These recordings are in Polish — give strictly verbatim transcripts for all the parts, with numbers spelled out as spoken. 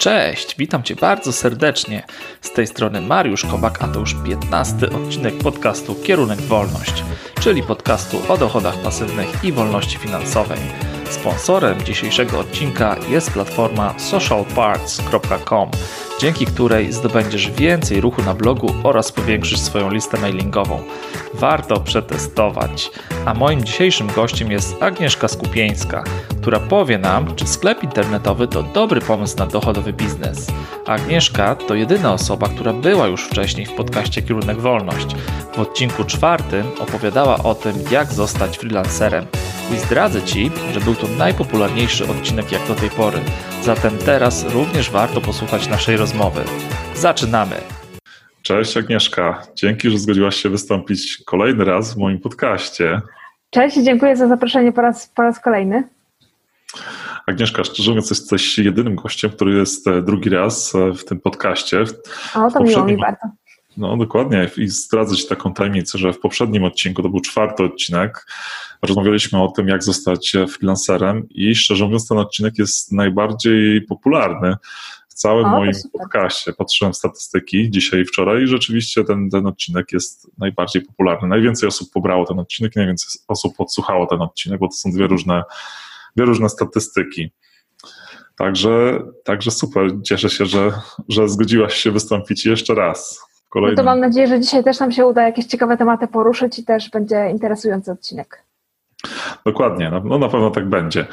Cześć, witam Cię bardzo serdecznie. Z tej strony Mariusz Kobak, a to już piętnasty odcinek podcastu Kierunek Wolność, czyli podcastu o dochodach pasywnych i wolności finansowej. Sponsorem dzisiejszego odcinka jest platforma social parts kropka com, dzięki której zdobędziesz więcej ruchu na blogu oraz powiększysz swoją listę mailingową. Warto przetestować. A moim dzisiejszym gościem jest Agnieszka Skupieńska, która powie nam, czy sklep internetowy to dobry pomysł na dochodowy biznes. Agnieszka to jedyna osoba, która była już wcześniej w podcaście Kierunek Wolność. W odcinku czwartym opowiadała o tym, jak zostać freelancerem. I zdradzę Ci, że był to najpopularniejszy odcinek jak do tej pory. Zatem teraz również warto posłuchać naszej rozmowy. Zaczynamy! Cześć Agnieszka, dzięki, że zgodziłaś się wystąpić kolejny raz w moim podcaście. Cześć, dziękuję za zaproszenie po raz, po raz kolejny. Agnieszka, szczerze mówiąc, jesteś jedynym gościem, który jest drugi raz w tym podcaście. O, to miło mi bardzo. No dokładnie i zdradzę Ci taką tajemnicę, że w poprzednim odcinku, to był czwarty odcinek, rozmawialiśmy o tym, jak zostać freelancerem i szczerze mówiąc ten odcinek jest najbardziej popularny w całym o, moim podcaście. Patrzyłem w statystyki dzisiaj i wczoraj i rzeczywiście ten, ten odcinek jest najbardziej popularny. Najwięcej osób pobrało ten odcinek i najwięcej osób odsłuchało ten odcinek, bo to są dwie różne, dwie różne statystyki. Także, także super, cieszę się, że, że zgodziłaś się wystąpić jeszcze raz. No to mam nadzieję, że dzisiaj też nam się uda jakieś ciekawe tematy poruszyć i też będzie interesujący odcinek. Dokładnie, no, no na pewno tak będzie.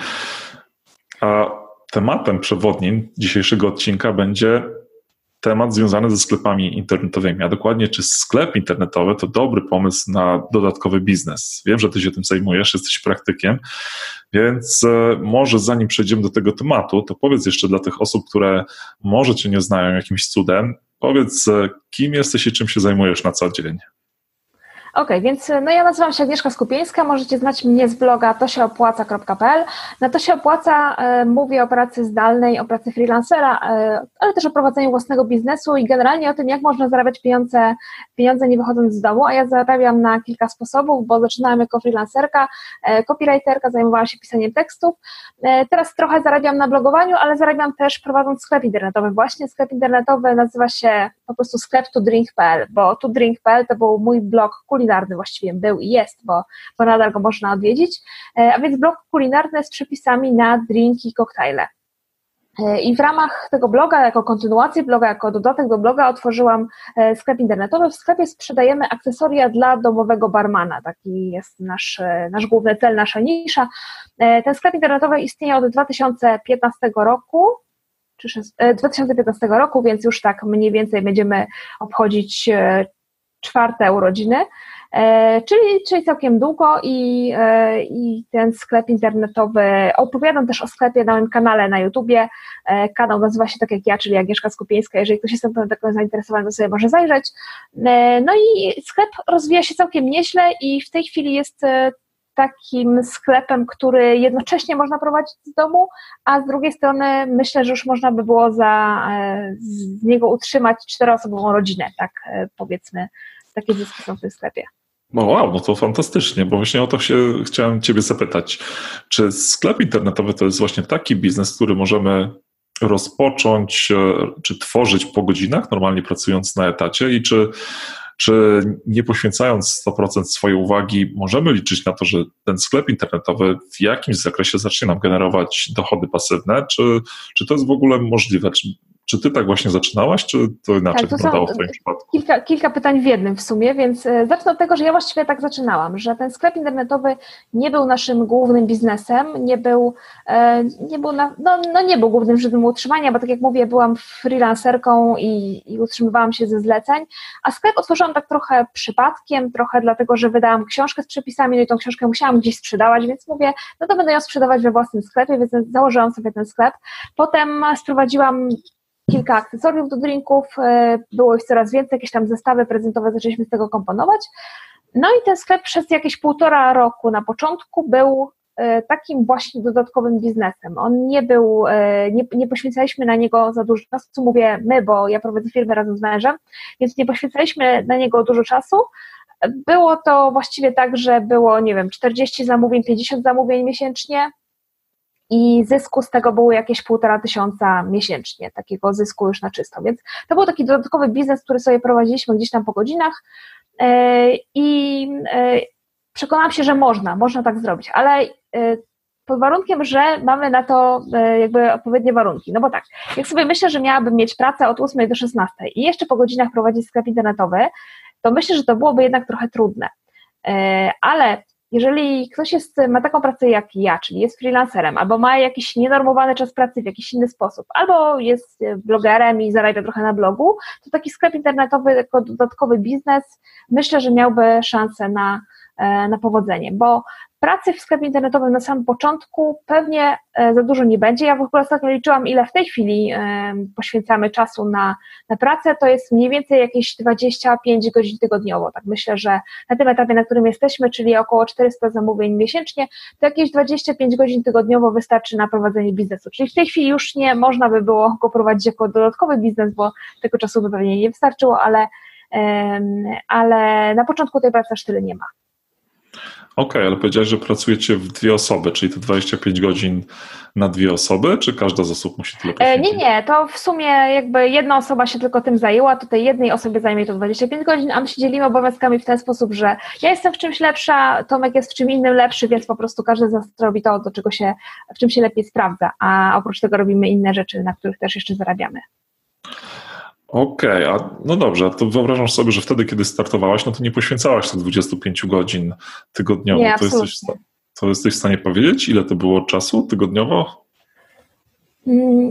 A tematem przewodnim dzisiejszego odcinka będzie temat związany ze sklepami internetowymi, a dokładnie czy sklep internetowy to dobry pomysł na dodatkowy biznes. Wiem, że Ty się tym zajmujesz, jesteś praktykiem, więc może zanim przejdziemy do tego tematu, to powiedz jeszcze dla tych osób, które może Cię nie znają jakimś cudem, powiedz, kim jesteś i czym się zajmujesz na co dzień. Okej, okay, więc no ja nazywam się Agnieszka Skupieńska, możecie znać mnie z bloga to się opłaca kropka p l. Na To się opłaca e, mówię o pracy zdalnej, o pracy freelancera, e, ale też o prowadzeniu własnego biznesu i generalnie o tym, jak można zarabiać pieniądze, pieniądze nie wychodząc z domu, a ja zarabiam na kilka sposobów, bo zaczynałam jako freelancerka, e, copywriterka, zajmowałam się pisaniem tekstów, e, teraz trochę zarabiam na blogowaniu, ale zarabiam też prowadząc sklep internetowy. Właśnie sklep internetowy nazywa się po prostu sklep to drink kropka p l, bo to drink kropka p l to był mój blog kulinarny właściwie był i jest, bo, bo nadal go można odwiedzić, a więc blog kulinarny z przepisami na drinki i koktajle. I w ramach tego bloga, jako kontynuację bloga, jako dodatek do bloga otworzyłam sklep internetowy. W sklepie sprzedajemy akcesoria dla domowego barmana. Taki jest nasz, nasz główny cel, nasza nisza. Ten sklep internetowy istnieje od dwa tysiące piętnastego roku, czy dwa tysiące piętnastego roku, więc już tak mniej więcej będziemy obchodzić czwarte urodziny, e, czyli, czyli całkiem długo i, e, i ten sklep internetowy, opowiadam też o sklepie na moim kanale na YouTubie, e, kanał nazywa się tak jak ja, czyli Agnieszka Skupieńska, jeżeli ktoś jest tym taką zainteresowany, to sobie może zajrzeć. E, no i sklep rozwija się całkiem nieźle i w tej chwili jest e, takim sklepem, który jednocześnie można prowadzić z domu, a z drugiej strony myślę, że już można by było za, z niego utrzymać czteroosobową rodzinę, tak powiedzmy, takie zyski są w tym sklepie. No wow, no to fantastycznie, bo właśnie o to się chciałem Ciebie zapytać. Czy sklep internetowy to jest właśnie taki biznes, który możemy rozpocząć, czy tworzyć po godzinach, normalnie pracując na etacie i czy Czy nie poświęcając sto procent swojej uwagi możemy liczyć na to, że ten sklep internetowy w jakimś zakresie zacznie nam generować dochody pasywne? Czy, czy to jest w ogóle możliwe? Czy, czy Ty tak właśnie zaczynałaś, czy to inaczej tak, to wyglądało w Twoim przypadku? Kilka, kilka pytań w jednym w sumie, więc zacznę od tego, że ja właściwie tak zaczynałam, że ten sklep internetowy nie był naszym głównym biznesem, nie był, nie był, na, no, no nie był głównym źródłem utrzymania, bo tak jak mówię, byłam freelancerką i, i utrzymywałam się ze zleceń, a sklep otworzyłam tak trochę przypadkiem, trochę dlatego, że wydałam książkę z przepisami, no i tą książkę musiałam gdzieś sprzedawać, więc mówię, no to będę ją sprzedawać we własnym sklepie, więc założyłam sobie ten sklep. Potem sprowadziłam kilka akcesoriów do drinków, było ich coraz więcej, jakieś tam zestawy prezentowe zaczęliśmy z tego komponować. No i ten sklep przez jakieś półtora roku na początku był takim właśnie dodatkowym biznesem. On nie był, nie, nie poświęcaliśmy na niego za dużo czasu, mówię my, bo ja prowadzę firmę razem z mężem, więc nie poświęcaliśmy na niego dużo czasu. Było to właściwie tak, że było, nie wiem, czterdzieści zamówień, pięćdziesiąt zamówień miesięcznie, i zysku z tego było jakieś półtora tysiąca miesięcznie, takiego zysku już na czysto, więc to był taki dodatkowy biznes, który sobie prowadziliśmy gdzieś tam po godzinach i przekonałam się, że można, można tak zrobić, ale pod warunkiem, że mamy na to jakby odpowiednie warunki. No bo tak, jak sobie myślę, że miałabym mieć pracę od ósmej do szesnastej i jeszcze po godzinach prowadzić sklep internetowy, to myślę, że to byłoby jednak trochę trudne. Ale jeżeli ktoś jest, ma taką pracę jak ja, czyli jest freelancerem, albo ma jakiś nienormowany czas pracy w jakiś inny sposób, albo jest blogerem i zarabia trochę na blogu, to taki sklep internetowy jako dodatkowy biznes myślę, że miałby szansę na, na powodzenie, bo pracy w sklepie internetowym na samym początku pewnie za dużo nie będzie. Ja w ogóle ostatnio liczyłam, ile w tej chwili poświęcamy czasu na, na pracę, to jest mniej więcej jakieś dwadzieścia pięć godzin tygodniowo. Tak myślę, że na tym etapie, na którym jesteśmy, czyli około czterysta zamówień miesięcznie, to jakieś dwadzieścia pięć godzin tygodniowo wystarczy na prowadzenie biznesu. Czyli w tej chwili już nie można by było go prowadzić jako dodatkowy biznes, bo tego czasu by pewnie nie wystarczyło, ale, ale na początku tej pracy aż tyle nie ma. Okej, okay, ale powiedziałeś, że pracujecie w dwie osoby, czyli to dwadzieścia pięć godzin na dwie osoby, czy każda z osób musi tyle poświęcić? Nie, nie, to w sumie jakby jedna osoba się tylko tym zajęła, tutaj jednej osobie zajmie to dwadzieścia pięć godzin, a my się dzielimy obowiązkami w ten sposób, że ja jestem w czymś lepsza, Tomek jest w czym innym lepszy, więc po prostu każdy z nas robi to, do czego się, w czym się lepiej sprawdza, a oprócz tego robimy inne rzeczy, na których też jeszcze zarabiamy. Okej, okay, a no dobrze, to wyobrażam sobie, że wtedy, kiedy startowałaś, no to nie poświęcałaś tych dwudziestu pięciu godzin tygodniowo. Nie, to, jesteś, to jesteś w stanie powiedzieć, ile to było czasu tygodniowo? Hmm.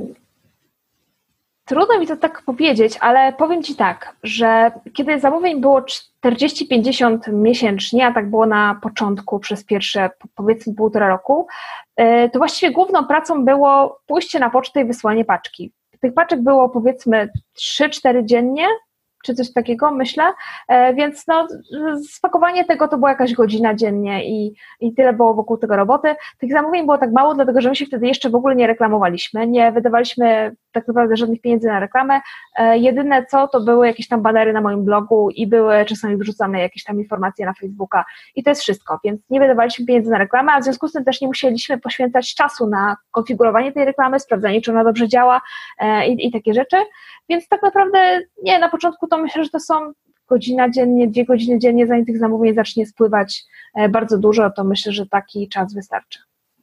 Trudno mi to tak powiedzieć, ale powiem Ci tak, że kiedy zamówień było czterdzieści pięćdziesiąt miesięcznie, a tak było na początku przez pierwsze powiedzmy półtora roku, to właściwie główną pracą było pójście na pocztę i wysłanie paczki. Tych paczek było powiedzmy trzy cztery dziennie, czy coś takiego, myślę, więc no, spakowanie tego to była jakaś godzina dziennie i, i tyle było wokół tego roboty. Tych zamówień było tak mało, dlatego że my się wtedy jeszcze w ogóle nie reklamowaliśmy, nie wydawaliśmy tak naprawdę żadnych pieniędzy na reklamę, jedyne co to były jakieś tam banery na moim blogu i były czasami wrzucane jakieś tam informacje na Facebooka i to jest wszystko, więc nie wydawaliśmy pieniędzy na reklamę, a w związku z tym też nie musieliśmy poświęcać czasu na konfigurowanie tej reklamy, sprawdzanie, czy ona dobrze działa i, i takie rzeczy, więc tak naprawdę nie, na początku to myślę, że to są godzina dziennie, dwie godziny dziennie, zanim tych zamówień zacznie spływać bardzo dużo, to myślę, że taki czas wystarczy.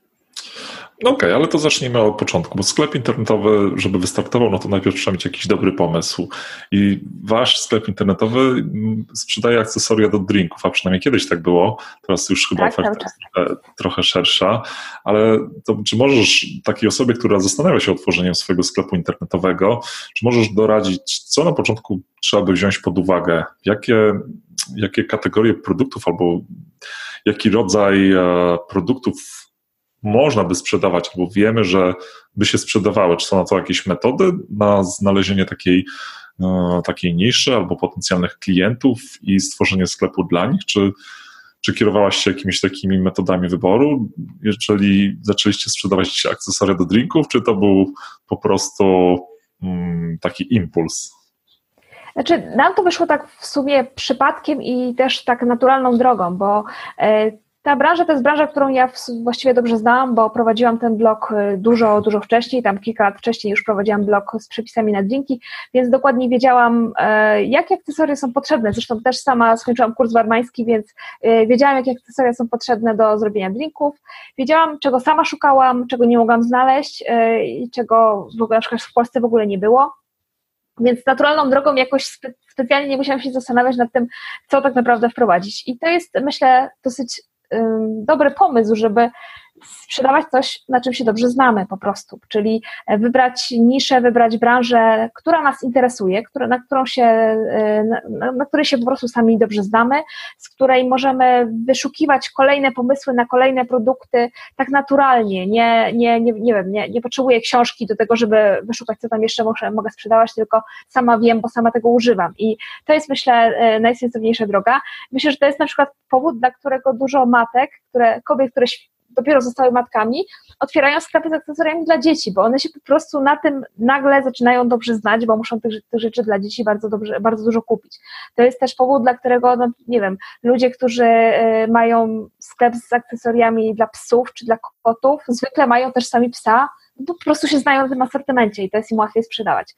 No okej, okay, ale to zacznijmy od początku, bo sklep internetowy, żeby wystartował, no to najpierw trzeba mieć jakiś dobry pomysł. I wasz sklep internetowy sprzedaje akcesoria do drinków, a przynajmniej kiedyś tak było, teraz już chyba tak, oferta jest trochę, trochę szersza, ale to, czy możesz takiej osobie, która zastanawia się o tworzeniem swojego sklepu internetowego, czy możesz doradzić, co na początku trzeba by wziąć pod uwagę? Jakie, jakie kategorie produktów albo jaki rodzaj produktów można by sprzedawać, albo wiemy, że by się sprzedawały? Czy są na to jakieś metody na znalezienie takiej, takiej niszy albo potencjalnych klientów i stworzenie sklepu dla nich? Czy, czy kierowałaś się jakimiś takimi metodami wyboru, jeżeli zaczęliście sprzedawać akcesoria do drinków, czy to był po prostu mm, taki impuls? Znaczy, nam to wyszło tak w sumie przypadkiem i też tak naturalną drogą, bo ta branża to jest branża, którą ja właściwie dobrze znałam, bo prowadziłam ten blog dużo, dużo wcześniej, tam kilka lat wcześniej już prowadziłam blog z przepisami na drinki, więc dokładnie wiedziałam, jakie akcesoria są potrzebne. Zresztą też sama skończyłam kurs barmański, więc wiedziałam, jakie akcesoria są potrzebne do zrobienia drinków. Wiedziałam, czego sama szukałam, czego nie mogłam znaleźć i czego w ogóle na przykład w Polsce w ogóle nie było. Więc naturalną drogą jakoś spe- specjalnie nie musiałam się zastanawiać nad tym, co tak naprawdę wprowadzić. I to jest, myślę, dosyć dobry pomysł, żeby sprzedawać coś, na czym się dobrze znamy po prostu, czyli wybrać niszę, wybrać branżę, która nas interesuje, która, na, którą się, na, na której się po prostu sami dobrze znamy, z której możemy wyszukiwać kolejne pomysły na kolejne produkty tak naturalnie, nie, nie, nie, nie wiem, nie, nie potrzebuję książki do tego, żeby wyszukać, co tam jeszcze mogę, mogę sprzedawać, tylko sama wiem, bo sama tego używam i to jest, myślę, najsensowniejsza droga. Myślę, że to jest na przykład powód, dla którego dużo matek, które, kobiet, które dopiero zostały matkami, otwierają sklepy z akcesoriami dla dzieci, bo one się po prostu na tym nagle zaczynają dobrze znać, bo muszą tych, tych rzeczy dla dzieci bardzo, dobrze, bardzo dużo kupić. To jest też powód, dla którego, no, nie wiem, ludzie, którzy mają sklep z akcesoriami dla psów czy dla kotów, zwykle mają też sami psa, bo po prostu się znają na tym asortymencie i to jest im łatwiej sprzedawać.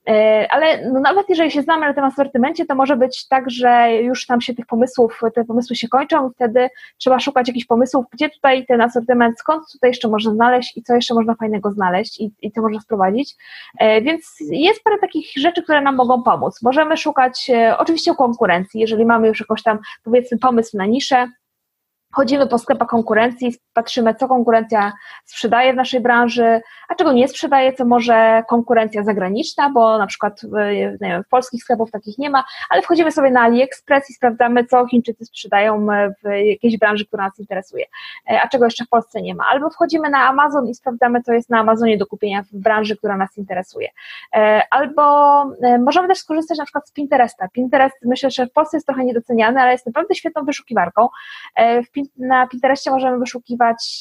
Ale no nawet jeżeli się znamy na tym asortymencie, to może być tak, że już tam się tych pomysłów, te pomysły się kończą i wtedy trzeba szukać jakichś pomysłów, gdzie tutaj ten asortyment, skąd tutaj jeszcze można znaleźć i co jeszcze można fajnego znaleźć i, i co można wprowadzić. Więc jest parę takich rzeczy, które nam mogą pomóc. Możemy szukać oczywiście u konkurencji, jeżeli mamy już jakoś tam, powiedzmy, pomysł na niszę, chodzimy po sklepach konkurencji, patrzymy, co konkurencja sprzedaje w naszej branży, a czego nie sprzedaje, co może konkurencja zagraniczna, bo na przykład nie wiem, w polskich sklepów takich nie ma, ale wchodzimy sobie na AliExpress i sprawdzamy, co Chińczycy sprzedają w jakiejś branży, która nas interesuje, a czego jeszcze w Polsce nie ma. Albo wchodzimy na Amazon i sprawdzamy, co jest na Amazonie do kupienia w branży, która nas interesuje. Albo możemy też skorzystać na przykład z Pinteresta. Pinterest, myślę, że w Polsce jest trochę niedoceniany, ale jest naprawdę świetną wyszukiwarką. Na Pinterestie możemy wyszukiwać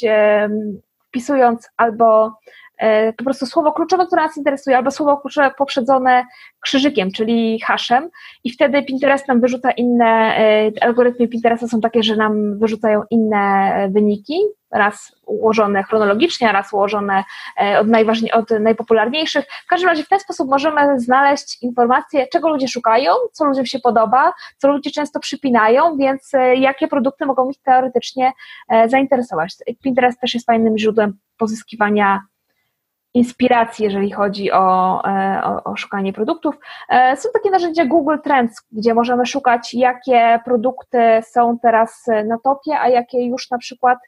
wpisując albo po prostu słowo kluczowe, które nas interesuje, albo słowo kluczowe poprzedzone krzyżykiem, czyli hashem i wtedy Pinterest nam wyrzuca inne, algorytmy Pinteresta są takie, że nam wyrzucają inne wyniki, raz ułożone chronologicznie, raz ułożone od, najważniej, od najpopularniejszych. W każdym razie w ten sposób możemy znaleźć informacje, czego ludzie szukają, co ludziom się podoba, co ludzie często przypinają, więc jakie produkty mogą ich teoretycznie zainteresować. Pinterest też jest fajnym źródłem pozyskiwania inspiracji, jeżeli chodzi o, o, o szukanie produktów. Są takie narzędzia Google Trends, gdzie możemy szukać, jakie produkty są teraz na topie, a jakie już na przykład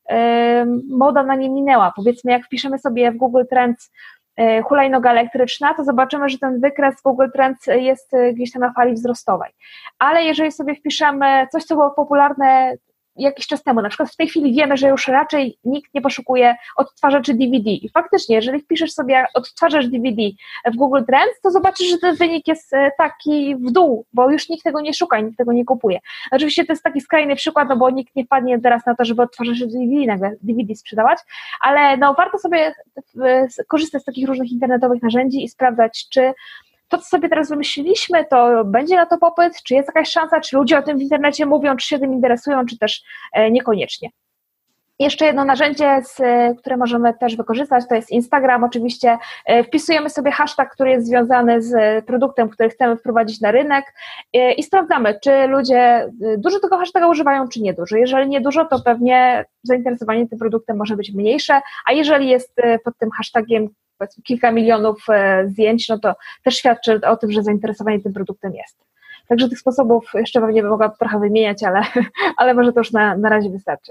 moda na nie minęła. Powiedzmy, jak wpiszemy sobie w Google Trends hulajnoga elektryczna, to zobaczymy, że ten wykres Google Trends jest gdzieś tam na fali wzrostowej. Ale jeżeli sobie wpiszemy coś, co było popularne jakiś czas temu, na przykład w tej chwili wiemy, że już raczej nikt nie poszukuje odtwarzaczy D V D i faktycznie, jeżeli wpiszesz sobie odtwarzacz D V D w Google Trends, to zobaczysz, że ten wynik jest taki w dół, bo już nikt tego nie szuka, nikt tego nie kupuje. Oczywiście to jest taki skrajny przykład, no bo nikt nie wpadnie teraz na to, żeby odtwarzacze D V D nagle D V D sprzedawać, ale no warto sobie korzystać z takich różnych internetowych narzędzi i sprawdzać, czy to, co sobie teraz wymyśliliśmy, to będzie na to popyt, czy jest jakaś szansa, czy ludzie o tym w internecie mówią, czy się tym interesują, czy też niekoniecznie. Jeszcze jedno narzędzie, z, które możemy też wykorzystać, to jest Instagram. Oczywiście wpisujemy sobie hashtag, który jest związany z produktem, który chcemy wprowadzić na rynek i sprawdzamy, czy ludzie dużo tego hashtaga używają, czy nie dużo. Jeżeli nie dużo, to pewnie zainteresowanie tym produktem może być mniejsze, a jeżeli jest pod tym hashtagiem kilka milionów zdjęć, no to też świadczy o tym, że zainteresowanie tym produktem jest. Także tych sposobów jeszcze pewnie bym mogła trochę wymieniać, ale, ale może to już na, na razie wystarczy.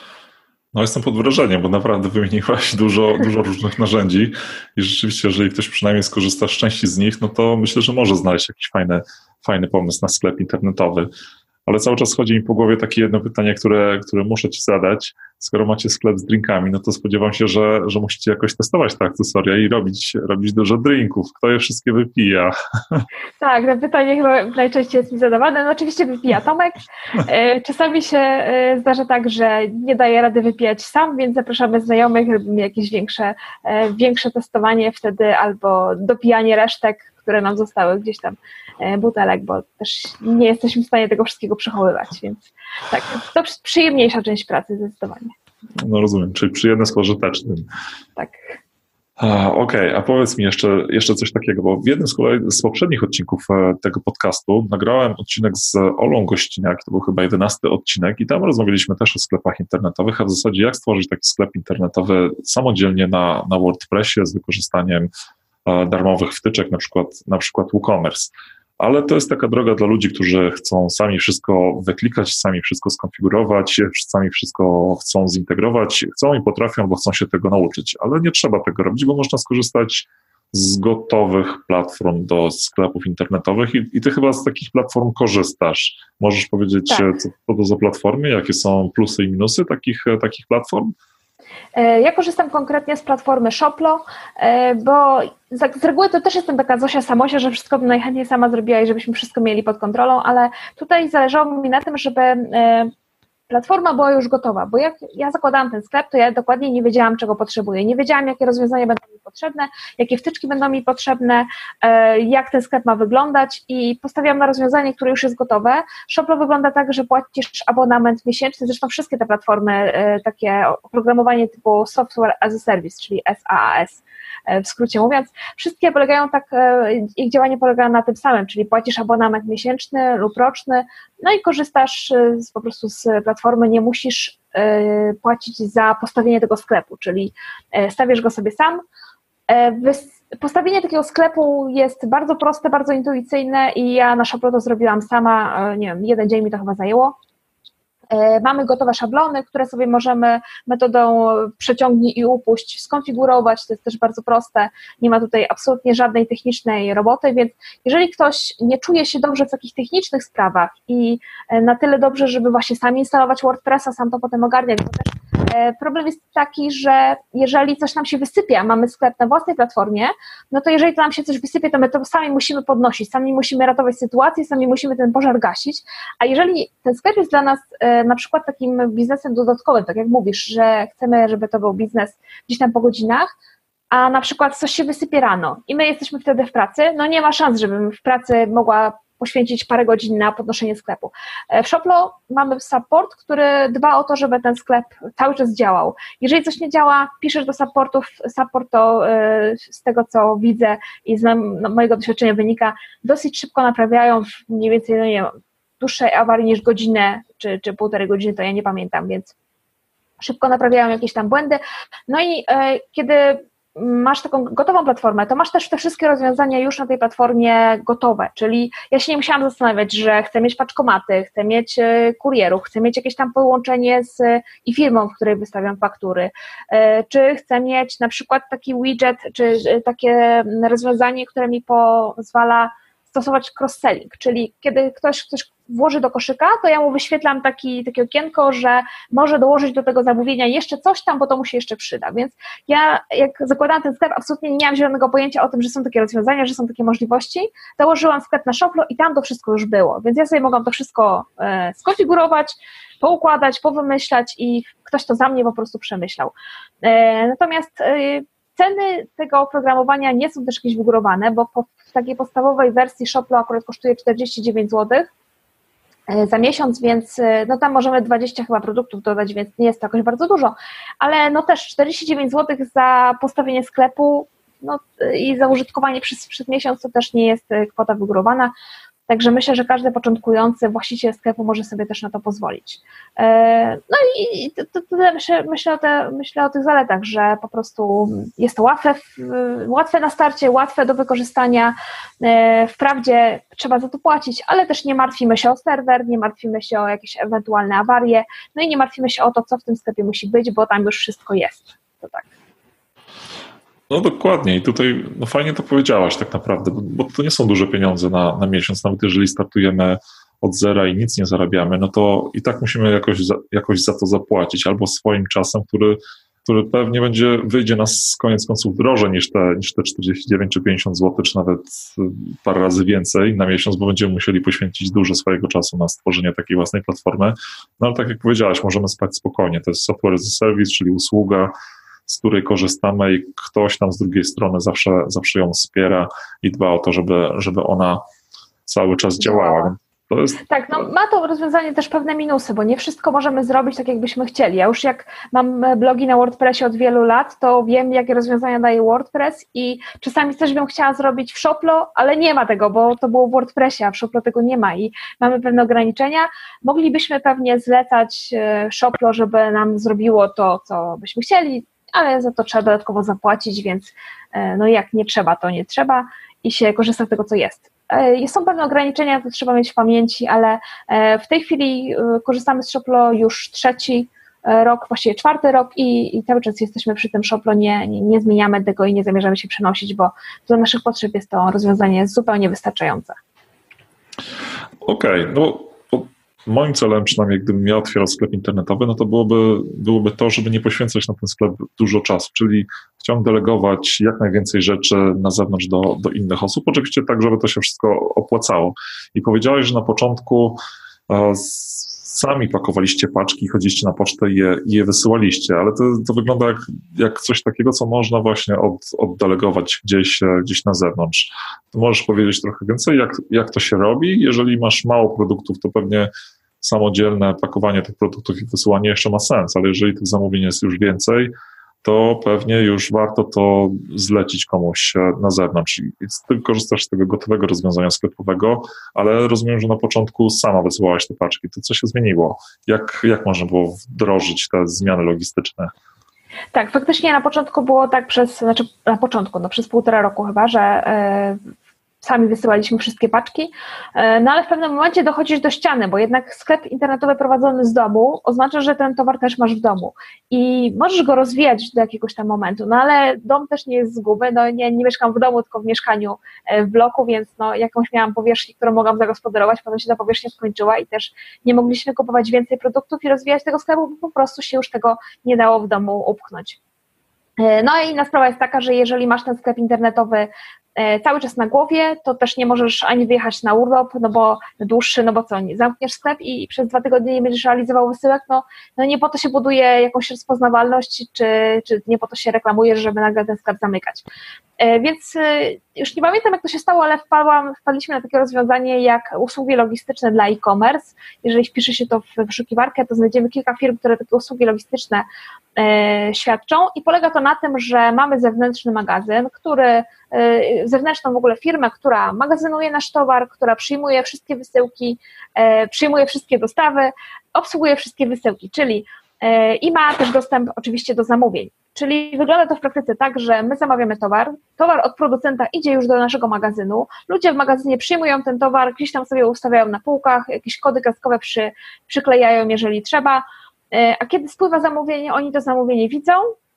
No jestem pod wrażeniem, bo naprawdę wymieniłaś dużo, dużo różnych narzędzi i rzeczywiście, jeżeli ktoś przynajmniej skorzysta z części z nich, no to myślę, że może znaleźć jakiś fajny, fajny pomysł na sklep internetowy. Ale cały czas chodzi mi po głowie takie jedno pytanie, które, które muszę Ci zadać. Skoro macie sklep z drinkami, no to spodziewam się, że, że musicie jakoś testować te akcesoria i robić, robić dużo drinków. Kto je wszystkie wypija? Tak, to pytanie chyba najczęściej jest mi zadawane. No oczywiście wypija Tomek. Czasami się zdarza tak, że nie daje rady wypijać sam, więc zapraszamy znajomych, robimy jakieś większe, większe testowanie wtedy albo dopijanie resztek, które nam zostały gdzieś tam butelek, bo też nie jesteśmy w stanie tego wszystkiego przechowywać, więc tak, to przyjemniejsza część pracy zdecydowanie. No rozumiem, czyli przyjemne z pożytecznym. Tak. Okej, okay, a powiedz mi jeszcze, jeszcze coś takiego, bo w jednym z, kolei, z poprzednich odcinków tego podcastu nagrałem odcinek z Olą Gościniak, to był chyba jedenasty odcinek i tam rozmawialiśmy też o sklepach internetowych, a w zasadzie jak stworzyć taki sklep internetowy samodzielnie na, na WordPressie z wykorzystaniem darmowych wtyczek, na przykład, na przykład WooCommerce. Ale to jest taka droga dla ludzi, którzy chcą sami wszystko wyklikać, sami wszystko skonfigurować, sami wszystko chcą zintegrować, chcą i potrafią, bo chcą się tego nauczyć, ale nie trzeba tego robić, bo można skorzystać z gotowych platform do sklepów internetowych i, i ty chyba z takich platform korzystasz. Możesz powiedzieć, tak, co to za platformy, jakie są plusy i minusy takich, takich platform? Ja korzystam konkretnie z platformy Shoplo, bo z reguły to też jestem taka Zosia Samosia, że wszystko bym najchętniej sama zrobiła i żebyśmy wszystko mieli pod kontrolą, ale tutaj zależało mi na tym, żeby platforma była już gotowa, bo jak ja zakładałam ten sklep, to ja dokładnie nie wiedziałam, czego potrzebuję. Nie wiedziałam, jakie rozwiązania będą mi potrzebne, jakie wtyczki będą mi potrzebne, jak ten sklep ma wyglądać i postawiłam na rozwiązanie, które już jest gotowe. Shoplo wygląda tak, że płacisz abonament miesięczny, zresztą wszystkie te platformy, takie oprogramowanie typu Software as a Service, czyli S A A S, w skrócie mówiąc, wszystkie polegają tak, ich działanie polega na tym samym, czyli płacisz abonament miesięczny lub roczny, no i korzystasz z, po prostu z platformy, nie musisz y, płacić za postawienie tego sklepu, czyli y, stawiasz go sobie sam. Y, postawienie takiego sklepu jest bardzo proste, bardzo intuicyjne i ja na Shoplo to zrobiłam sama, y, nie wiem, jeden dzień mi to chyba zajęło. Mamy gotowe szablony, które sobie możemy metodą przeciągnij i upuść skonfigurować, to jest też bardzo proste, nie ma tutaj absolutnie żadnej technicznej roboty, więc jeżeli ktoś nie czuje się dobrze w takich technicznych sprawach i na tyle dobrze, żeby właśnie sam instalować WordPressa, sam to potem ogarniać, bo też problem jest taki, że jeżeli coś nam się wysypie, a mamy sklep na własnej platformie, no to jeżeli to nam się coś wysypie, to my to sami musimy podnosić, sami musimy ratować sytuację, sami musimy ten pożar gasić, a jeżeli ten sklep jest dla nas na przykład takim biznesem dodatkowym, tak jak mówisz, że chcemy, żeby to był biznes gdzieś tam po godzinach, a na przykład coś się wysypie rano i my jesteśmy wtedy w pracy, no nie ma szans, żebym w pracy mogła poświęcić parę godzin na podnoszenie sklepu. W Shoplo mamy support, który dba o to, żeby ten sklep cały czas działał. Jeżeli coś nie działa, piszesz do supportów, support to z tego, co widzę i z mojego doświadczenia wynika, dosyć szybko naprawiają, mniej więcej, no nie wiem, dłuższej awarii niż godzinę, czy, czy półtorej godziny, to ja nie pamiętam, więc szybko naprawiają jakieś tam błędy. No i e, kiedy masz taką gotową platformę, to masz też te wszystkie rozwiązania już na tej platformie gotowe, czyli ja się nie musiałam zastanawiać, że chcę mieć paczkomaty, chcę mieć kurierów, chcę mieć jakieś tam połączenie z i firmą, w której wystawiam faktury, czy chcę mieć na przykład taki widget, czy takie rozwiązanie, które mi pozwala stosować cross-selling, czyli kiedy ktoś coś włoży do koszyka, to ja mu wyświetlam taki, takie okienko, że może dołożyć do tego zamówienia jeszcze coś tam, bo to mu się jeszcze przyda, więc ja jak zakładałam ten sklep, absolutnie nie miałam zielonego pojęcia o tym, że są takie rozwiązania, że są takie możliwości, założyłam sklep na Shoplo i tam to wszystko już było, więc ja sobie mogłam to wszystko e, skonfigurować, poukładać, powymyślać i ktoś to za mnie po prostu przemyślał. E, natomiast e, ceny tego oprogramowania nie są też jakieś wygórowane, bo po, w takiej podstawowej wersji Shoplo akurat kosztuje czterdzieści dziewięć złotych za miesiąc, więc no tam możemy dwadzieścia chyba produktów dodać, więc nie jest to jakoś bardzo dużo, ale no też czterdzieści dziewięć złotych za postawienie sklepu no, i za użytkowanie przez, przez miesiąc to też nie jest kwota wygórowana. Także myślę, że każdy początkujący właściciel sklepu może sobie też na to pozwolić. No i to, to, to myślę, myślę, o te, myślę o tych zaletach, że po prostu jest to łatwe, łatwe na starcie, łatwe do wykorzystania. Wprawdzie trzeba za to płacić, ale też nie martwimy się o serwer, nie martwimy się o jakieś ewentualne awarie, no i nie martwimy się o to, co w tym sklepie musi być, bo tam już wszystko jest. To tak. No dokładnie i tutaj no fajnie to powiedziałaś tak naprawdę, bo, bo to nie są duże pieniądze na, na miesiąc, nawet jeżeli startujemy od zera i nic nie zarabiamy, no to i tak musimy jakoś za, jakoś za to zapłacić, albo swoim czasem, który, który pewnie będzie, wyjdzie nas koniec końców drożej niż te, niż te czterdzieści dziewięć czy pięćdziesiąt złotych, czy nawet parę razy więcej na miesiąc, bo będziemy musieli poświęcić dużo swojego czasu na stworzenie takiej własnej platformy, no ale tak jak powiedziałaś, możemy spać spokojnie, to jest software as a service, czyli usługa, z której korzystamy i ktoś tam z drugiej strony zawsze, zawsze ją wspiera i dba o to, żeby, żeby ona cały czas działała. To jest... Tak, no ma to rozwiązanie też pewne minusy, bo nie wszystko możemy zrobić tak, jakbyśmy chcieli. Ja już jak mam blogi na WordPressie od wielu lat, to wiem, jakie rozwiązania daje WordPress i czasami też bym chciała zrobić w Shoplo, ale nie ma tego, bo to było w WordPressie, a w Shoplo tego nie ma i mamy pewne ograniczenia. Moglibyśmy pewnie zlecać Shoplo, żeby nam zrobiło to, co byśmy chcieli, ale za to trzeba dodatkowo zapłacić, więc no jak nie trzeba, to nie trzeba i się korzysta z tego, co jest. Są pewne ograniczenia, to trzeba mieć w pamięci, ale w tej chwili korzystamy z Shoplo już trzeci rok, właściwie czwarty rok i, i cały czas jesteśmy przy tym Shoplo, nie, nie, nie zmieniamy tego i nie zamierzamy się przenosić, bo dla naszych potrzeb jest to rozwiązanie zupełnie wystarczające. Okej, okay, no moim celem, przynajmniej gdybym ja otwierał sklep internetowy, no to byłoby, byłoby to, żeby nie poświęcać na ten sklep dużo czasu, czyli chciałem delegować jak najwięcej rzeczy na zewnątrz do, do innych osób, oczywiście tak, żeby to się wszystko opłacało. I powiedziałeś, że na początku z sami pakowaliście paczki, chodziliście na pocztę i je, i je wysyłaliście, ale to, to wygląda jak, jak coś takiego, co można właśnie od, oddelegować gdzieś, gdzieś na zewnątrz. To możesz powiedzieć trochę więcej, jak, jak to się robi? Jeżeli masz mało produktów, to pewnie samodzielne pakowanie tych produktów i wysyłanie jeszcze ma sens, ale jeżeli tych zamówień jest już więcej, to pewnie już warto to zlecić komuś na zewnątrz. I ty korzystasz z tego gotowego rozwiązania sklepowego, ale rozumiem, że na początku sama wysyłałaś te paczki. To co się zmieniło? Jak, jak można było wdrożyć te zmiany logistyczne? Tak, faktycznie na początku było tak przez, znaczy na początku, no przez półtora roku chyba, że yy, sami wysyłaliśmy wszystkie paczki, no ale w pewnym momencie dochodzisz do ściany, bo jednak sklep internetowy prowadzony z domu oznacza, że ten towar też masz w domu i możesz go rozwijać do jakiegoś tam momentu, no ale dom też nie jest z gumy, no nie, nie mieszkam w domu, tylko w mieszkaniu w bloku, więc no jakąś miałam powierzchnię, którą mogłam zagospodarować, potem się ta powierzchnia skończyła i też nie mogliśmy kupować więcej produktów i rozwijać tego sklepu, bo po prostu się już tego nie dało w domu upchnąć. No i inna sprawa jest taka, że jeżeli masz ten sklep internetowy cały czas na głowie, to też nie możesz ani wyjechać na urlop, no bo dłuższy, no bo co, nie zamkniesz sklep i przez dwa tygodnie nie będziesz realizował wysyłek, no, no nie po to się buduje jakąś rozpoznawalność, czy, czy nie po to się reklamujesz, żeby nagle ten sklep zamykać. Więc już nie pamiętam, jak to się stało, ale wpadłam, wpadliśmy na takie rozwiązanie jak usługi logistyczne dla e-commerce. Jeżeli wpisze się to w wyszukiwarkę, to znajdziemy kilka firm, które takie usługi logistyczne e, świadczą i polega to na tym, że mamy zewnętrzny magazyn, który, e, zewnętrzną w ogóle firmę, która magazynuje nasz towar, która przyjmuje wszystkie wysyłki, e, przyjmuje wszystkie dostawy, obsługuje wszystkie wysyłki, czyli e, i ma też dostęp oczywiście do zamówień. Czyli wygląda to w praktyce tak, że my zamawiamy towar, towar od producenta idzie już do naszego magazynu, ludzie w magazynie przyjmują ten towar, gdzieś tam sobie ustawiają na półkach, jakieś kody kreskowe przy, przyklejają, jeżeli trzeba, a kiedy spływa zamówienie, oni to zamówienie widzą,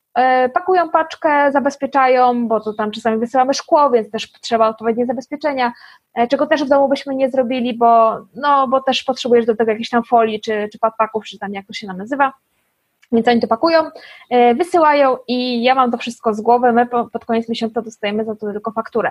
pakują paczkę, zabezpieczają, bo to tam czasami wysyłamy szkło, więc też trzeba odpowiednie zabezpieczenia, czego też w domu byśmy nie zrobili, bo, no, bo też potrzebujesz do tego jakiejś tam folii, czy, czy padpaków, czy tam jak to się nam nazywa. Więc oni to pakują, wysyłają i ja mam to wszystko z głowy, my pod koniec miesiąca dostajemy za to tylko fakturę.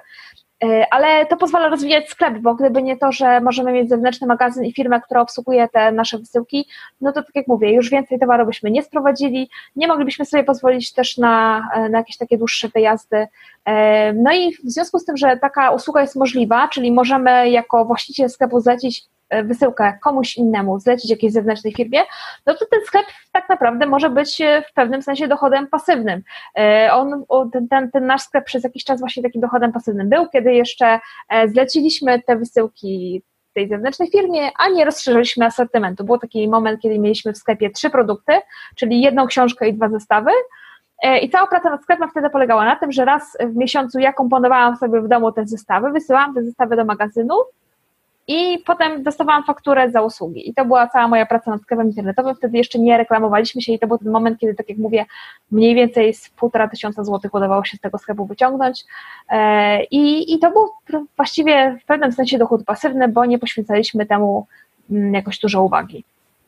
Ale to pozwala rozwijać sklep, bo gdyby nie to, że możemy mieć zewnętrzny magazyn i firmę, która obsługuje te nasze wysyłki, no to tak jak mówię, już więcej towaru byśmy nie sprowadzili, nie moglibyśmy sobie pozwolić też na, na jakieś takie dłuższe wyjazdy. No i w związku z tym, że taka usługa jest możliwa, czyli możemy jako właściciel sklepu zlecić wysyłkę komuś innemu, zlecić jakiejś zewnętrznej firmie, no to ten sklep tak naprawdę może być w pewnym sensie dochodem pasywnym. On, ten, ten, ten nasz sklep przez jakiś czas właśnie takim dochodem pasywnym był, kiedy jeszcze zleciliśmy te wysyłki tej zewnętrznej firmie, a nie rozszerzyliśmy asortymentu. Był taki moment, kiedy mieliśmy w sklepie trzy produkty, czyli jedną książkę i dwa zestawy. I cała praca nad sklepem wtedy polegała na tym, że raz w miesiącu ja komponowałam sobie w domu te zestawy, wysyłałam te zestawy do magazynu, i potem dostawałam fakturę za usługi. I to była cała moja praca nad sklepem internetowym. Wtedy jeszcze nie reklamowaliśmy się i to był ten moment, kiedy, tak jak mówię, mniej więcej z półtora tysiąca złotych udawało się z tego sklepu wyciągnąć. I, i to był właściwie w pewnym sensie dochód pasywny, bo nie poświęcaliśmy temu jakoś dużo uwagi.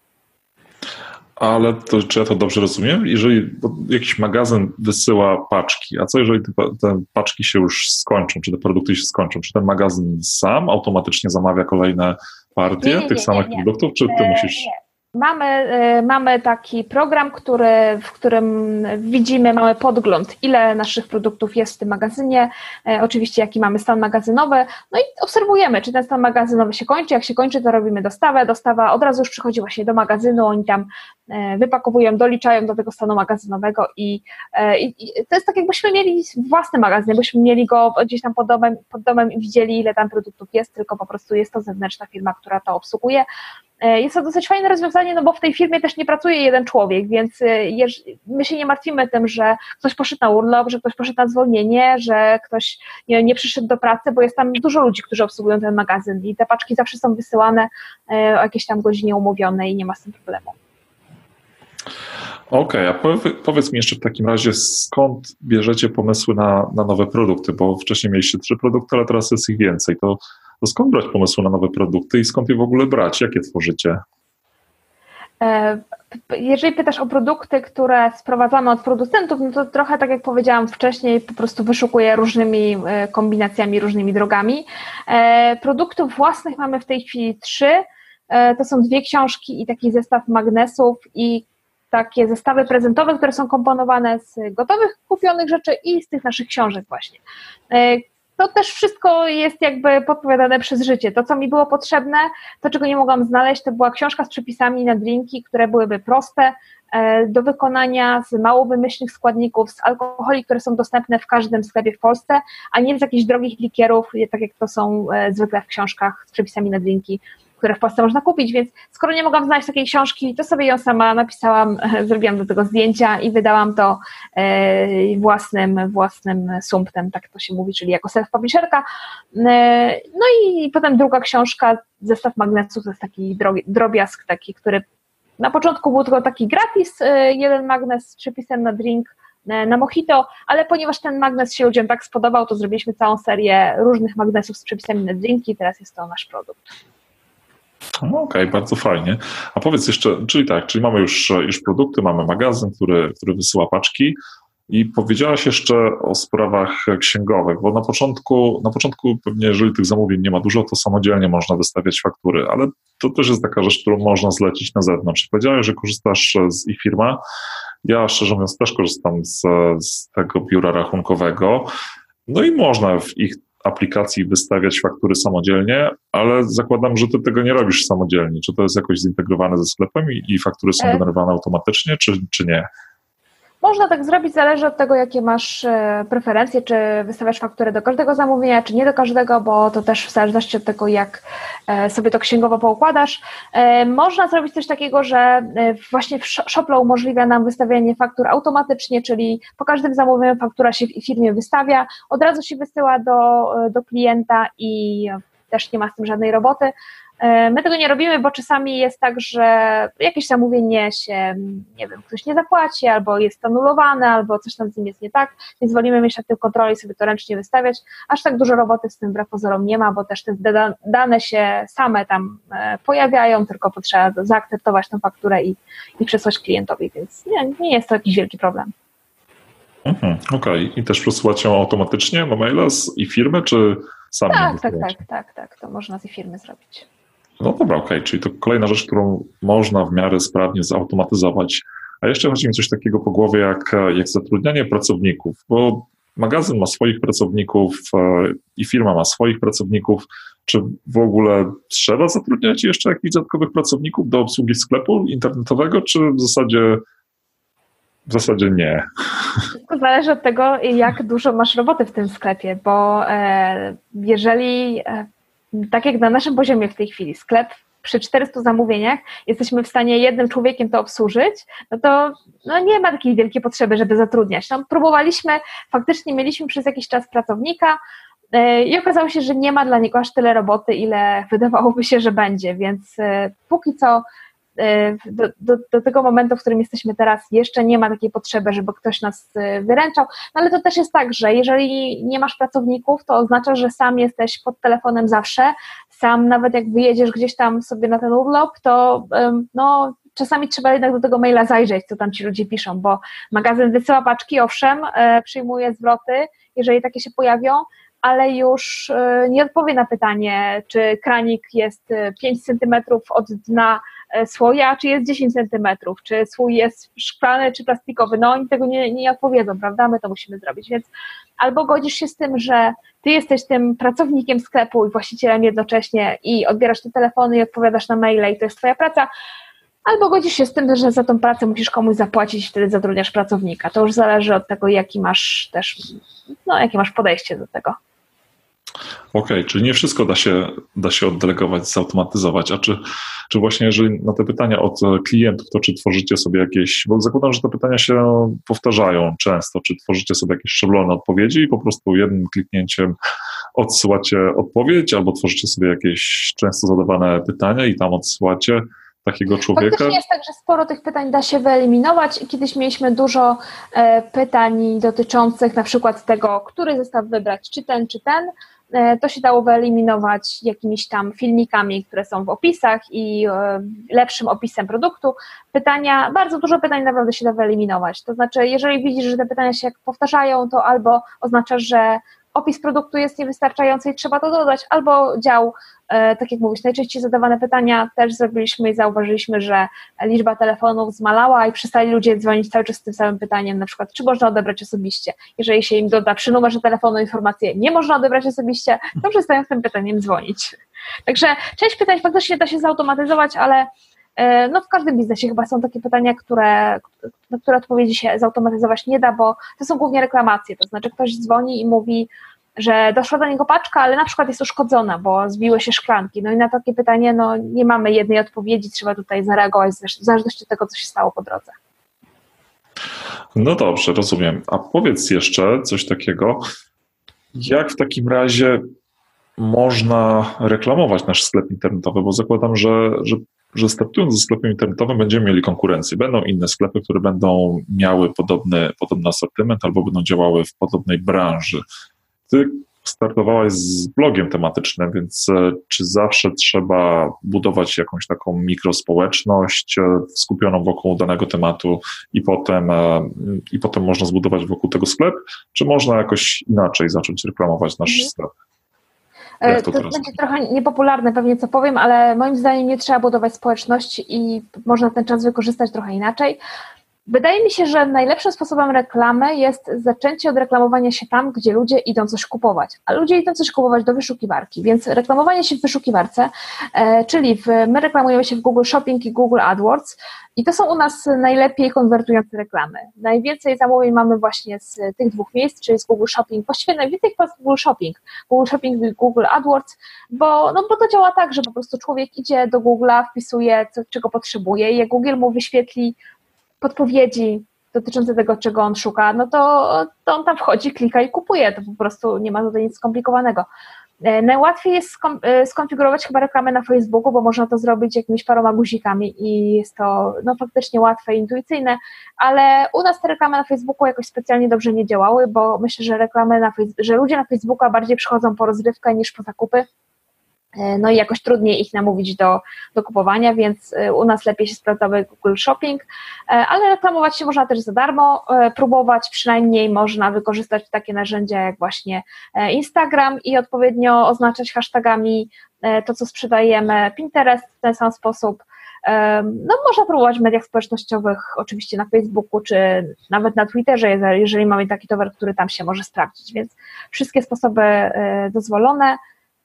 Ale to, czy ja to dobrze rozumiem? Jeżeli jakiś magazyn wysyła paczki, a co jeżeli te, te paczki się już skończą, czy te produkty się skończą? Czy ten magazyn sam automatycznie zamawia kolejne partie nie, nie, tych nie, samych nie, nie. produktów, czy ty musisz... Nie. Mamy, mamy taki program, który, w którym widzimy, mamy podgląd, ile naszych produktów jest w tym magazynie, oczywiście jaki mamy stan magazynowy, no i obserwujemy, czy ten stan magazynowy się kończy, jak się kończy, to robimy dostawę, dostawa od razu już przychodzi właśnie do magazynu, oni tam wypakowują, doliczają do tego stanu magazynowego i, i, i to jest tak, jakbyśmy mieli własny magazyn, jakbyśmy mieli go gdzieś tam pod domem, pod domem i widzieli, ile tam produktów jest, tylko po prostu jest to zewnętrzna firma, która to obsługuje. Jest to dosyć fajne rozwiązanie, no bo w tej firmie też nie pracuje jeden człowiek, więc my się nie martwimy tym, że ktoś poszedł na urlop, że ktoś poszedł na zwolnienie, że ktoś nie, nie przyszedł do pracy, bo jest tam dużo ludzi, którzy obsługują ten magazyn i te paczki zawsze są wysyłane o jakiejś tam godzinie umówionej i nie ma z tym problemu. Okej, okay, a powiedz mi jeszcze w takim razie, skąd bierzecie pomysły na, na nowe produkty, bo wcześniej mieliście trzy produkty, ale teraz jest ich więcej, to To skąd brać pomysły na nowe produkty i skąd je w ogóle brać? Jakie tworzycie? Jeżeli pytasz o produkty, które sprowadzamy od producentów, no to trochę tak jak powiedziałam wcześniej, po prostu wyszukuję różnymi kombinacjami, różnymi drogami. Produktów własnych mamy w tej chwili trzy. to są dwie książki i taki zestaw magnesów i takie zestawy prezentowe, które są komponowane z gotowych, kupionych rzeczy i z tych naszych książek właśnie. To też wszystko jest jakby podpowiadane przez życie. To, co mi było potrzebne, to, czego nie mogłam znaleźć, to była książka z przepisami na drinki, które byłyby proste do wykonania, z mało wymyślnych składników, z alkoholi, które są dostępne w każdym sklepie w Polsce, a nie z jakichś drogich likierów, tak jak to są zwykle w książkach z przepisami na drinki, które w Polsce można kupić, więc skoro nie mogłam znaleźć takiej książki, to sobie ją sama napisałam, zrobiłam do tego zdjęcia i wydałam to własnym, własnym sumptem, tak to się mówi, czyli jako self-publisherka. No i potem druga książka, zestaw magnesów, to jest taki drobiazg, taki, który na początku był tylko taki gratis, jeden magnes z przepisem na drink, na mojito, ale ponieważ ten magnes się ludziom tak spodobał, to zrobiliśmy całą serię różnych magnesów z przepisami na drinki i teraz jest to nasz produkt. No okej, okay, bardzo fajnie. A powiedz jeszcze, czyli tak, czyli mamy już, już produkty, mamy magazyn, który, który wysyła paczki i powiedziałaś jeszcze o sprawach księgowych, bo na początku, na początku pewnie jeżeli tych zamówień nie ma dużo, to samodzielnie można wystawiać faktury, ale to też jest taka rzecz, którą można zlecić na zewnątrz. Powiedziałeś, że korzystasz z eFirma. Ja szczerze mówiąc też korzystam z, z tego biura rachunkowego, no i można w ich aplikacji wystawiać faktury samodzielnie, ale zakładam, że ty tego nie robisz samodzielnie. Czy to jest jakoś zintegrowane ze sklepem i, i faktury są generowane automatycznie, czy, czy nie? Można tak zrobić, zależy od tego, jakie masz preferencje, czy wystawiasz fakturę do każdego zamówienia, czy nie do każdego, bo to też w zależności od tego, jak sobie to księgowo poukładasz. Można zrobić coś takiego, że właśnie Shoplo umożliwia nam wystawianie faktur automatycznie, czyli po każdym zamówieniu faktura się w firmie wystawia, od razu się wysyła do, do klienta i też nie ma z tym żadnej roboty. My tego nie robimy, bo czasami jest tak, że jakieś zamówienie się, nie wiem, ktoś nie zapłaci, albo jest anulowane, albo coś tam z nim jest nie tak, więc wolimy mieć na tym kontrolę i sobie to ręcznie wystawiać. Aż tak dużo roboty z tym wbrew pozorom nie ma, bo też te dane się same tam pojawiają, tylko potrzeba zaakceptować tę fakturę i, i przesłać klientowi, więc nie, nie jest to jakiś wielki problem. Mhm, okej. Okay. I też przesyłacie ją automatycznie na maila z eFirmy, czy sami? Tak, tak, tak, tak, tak, to można z eFirmy zrobić. No dobra, okej, okay. Czyli to kolejna rzecz, którą można w miarę sprawnie zautomatyzować. A jeszcze chodzi mi coś takiego po głowie, jak, jak zatrudnianie pracowników, bo magazyn ma swoich pracowników i firma ma swoich pracowników. Czy w ogóle trzeba zatrudniać jeszcze jakichś dodatkowych pracowników do obsługi sklepu internetowego, czy w zasadzie, w zasadzie nie? To zależy od tego, jak dużo masz roboty w tym sklepie, bo jeżeli... Tak jak na naszym poziomie w tej chwili, sklep przy czterystu zamówieniach jesteśmy w stanie jednym człowiekiem to obsłużyć, no to no nie ma takiej wielkiej potrzeby, żeby zatrudniać. No, próbowaliśmy, faktycznie mieliśmy przez jakiś czas pracownika yy, i okazało się, że nie ma dla niego aż tyle roboty, ile wydawałoby się, że będzie, więc yy, póki co Do, do, do tego momentu, w którym jesteśmy teraz, jeszcze nie ma takiej potrzeby, żeby ktoś nas wyręczał, no ale to też jest tak, że jeżeli nie masz pracowników, to oznacza, że sam jesteś pod telefonem zawsze, sam nawet jak wyjedziesz gdzieś tam sobie na ten urlop, to no czasami trzeba jednak do tego maila zajrzeć, co tam ci ludzie piszą, bo magazyn wysyła paczki, owszem, przyjmuje zwroty, jeżeli takie się pojawią, ale już nie odpowie na pytanie, czy kranik jest pięć centymetrów od dna słoja, czy jest dziesięć centymetrów, czy słój jest szklany, czy plastikowy. No oni tego nie, nie odpowiedzą, prawda? My to musimy zrobić, więc albo godzisz się z tym, że ty jesteś tym pracownikiem sklepu i właścicielem jednocześnie i odbierasz te telefony i odpowiadasz na maile i to jest twoja praca, albo godzisz się z tym, że za tą pracę musisz komuś zapłacić i wtedy zatrudniasz pracownika. To już zależy od tego, jaki masz też, no jakie masz podejście do tego. Okej, okay, czyli nie wszystko da się, da się oddelegować, zautomatyzować, a czy, czy właśnie jeżeli na te pytania od klientów, to czy tworzycie sobie jakieś, bo zakładam, że te pytania się powtarzają często, czy tworzycie sobie jakieś szablony odpowiedzi i po prostu jednym kliknięciem odsyłacie odpowiedź, albo tworzycie sobie jakieś często zadawane pytania i tam odsyłacie takiego człowieka? Faktycznie jest tak, że sporo tych pytań da się wyeliminować. Kiedyś mieliśmy dużo e, pytań dotyczących na przykład tego, który zestaw wybrać, czy ten, czy ten. E, to się dało wyeliminować jakimiś tam filmikami, które są w opisach i e, lepszym opisem produktu. Pytania, bardzo dużo pytań naprawdę się da wyeliminować. To znaczy, jeżeli widzisz, że te pytania się powtarzają, to albo oznacza, że opis produktu jest niewystarczający i trzeba to dodać, albo dział, tak jak mówisz, najczęściej zadawane pytania też zrobiliśmy i zauważyliśmy, że liczba telefonów zmalała i przestali ludzie dzwonić cały czas z tym samym pytaniem, na przykład, czy można odebrać osobiście. Jeżeli się im doda przy numerze telefonu informację, nie można odebrać osobiście, to przestają z tym pytaniem dzwonić. Także część pytań faktycznie da się zautomatyzować, ale no w każdym biznesie chyba są takie pytania, które, na które odpowiedzi się zautomatyzować nie da, bo to są głównie reklamacje, to znaczy ktoś dzwoni i mówi, że doszła do niego paczka, ale na przykład jest uszkodzona, bo zbiły się szklanki. No i na takie pytanie no, nie mamy jednej odpowiedzi, trzeba tutaj zareagować w zależności od tego, co się stało po drodze. No dobrze, rozumiem. A powiedz jeszcze coś takiego, jak w takim razie można reklamować nasz sklep internetowy, bo zakładam, że, że, że startując ze sklepem internetowym będziemy mieli konkurencję. Będą inne sklepy, które będą miały podobny, podobny asortyment albo będą działały w podobnej branży. Ty startowałaś z blogiem tematycznym, więc czy zawsze trzeba budować jakąś taką mikrospołeczność skupioną wokół danego tematu i potem, i potem można zbudować wokół tego sklep, czy można jakoś inaczej zacząć reklamować nasz mhm. sklep? Jak to, to będzie trochę niepopularne pewnie, co powiem, ale moim zdaniem nie trzeba budować społeczności i można ten czas wykorzystać trochę inaczej. Wydaje mi się, że najlepszym sposobem reklamy jest zaczęcie od reklamowania się tam, gdzie ludzie idą coś kupować, a ludzie idą coś kupować do wyszukiwarki, więc reklamowanie się w wyszukiwarce, e, czyli w, my reklamujemy się w Google Shopping i Google AdWords i to są u nas najlepiej konwertujące reklamy. Najwięcej zamówień mamy właśnie z tych dwóch miejsc, czyli z Google Shopping, właściwie najwięcej chyba z Google Shopping, Google Shopping i Google AdWords, bo, no, bo to działa tak, że po prostu człowiek idzie do Google'a, wpisuje, co, czego potrzebuje i jak Google mu wyświetli podpowiedzi dotyczące tego, czego on szuka, no to, to on tam wchodzi, klika i kupuje. To po prostu nie ma tutaj nic skomplikowanego. Najłatwiej jest skonfigurować chyba reklamę na Facebooku, bo można to zrobić jakimiś paroma guzikami i jest to no, faktycznie łatwe i intuicyjne, ale u nas te reklamy na Facebooku jakoś specjalnie dobrze nie działały, bo myślę, że reklamy na że ludzie na Facebooka bardziej przychodzą po rozrywkę niż po zakupy. No i jakoś trudniej ich namówić do, do kupowania, więc u nas lepiej się sprawdzały Google Shopping, ale reklamować się można też za darmo, próbować przynajmniej można wykorzystać takie narzędzia jak właśnie Instagram i odpowiednio oznaczać hashtagami to, co sprzedajemy, Pinterest w ten sam sposób. No można próbować w mediach społecznościowych, oczywiście na Facebooku, czy nawet na Twitterze, jeżeli mamy taki towar, który tam się może sprawdzić, więc wszystkie sposoby dozwolone.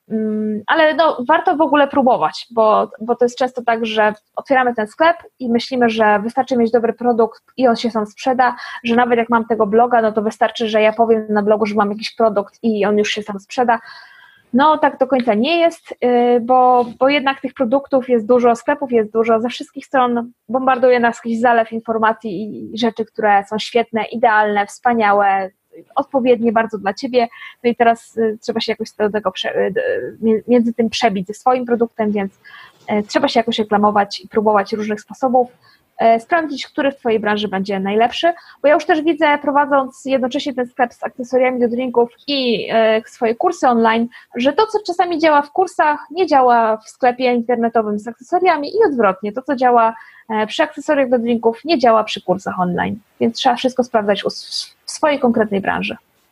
Ale no, warto w ogóle próbować, bo, bo to jest często tak, że otwieramy ten sklep i myślimy, że wystarczy mieć dobry produkt i on się sam sprzeda, że nawet jak mam tego bloga, no to wystarczy, że ja powiem na blogu, że mam jakiś produkt i on już się sam sprzeda. No tak do końca nie jest, bo, bo jednak tych produktów jest dużo, sklepów jest dużo, ze wszystkich stron bombarduje nas jakiś zalew informacji i rzeczy, które są świetne, idealne, wspaniałe, odpowiednie bardzo dla Ciebie, no i teraz trzeba się jakoś do tego między tym przebić ze swoim produktem, więc trzeba się jakoś reklamować i próbować różnych sposobów, sprawdzić, który w Twojej branży będzie najlepszy, bo ja już też widzę, prowadząc jednocześnie ten sklep z akcesoriami do drinków i swoje kursy online, że to, co czasami działa w kursach, nie działa w sklepie internetowym z akcesoriami i odwrotnie, to, co działa przy akcesoriach do drinków, nie działa przy kursach online, więc trzeba wszystko sprawdzać w swojej konkretnej branży.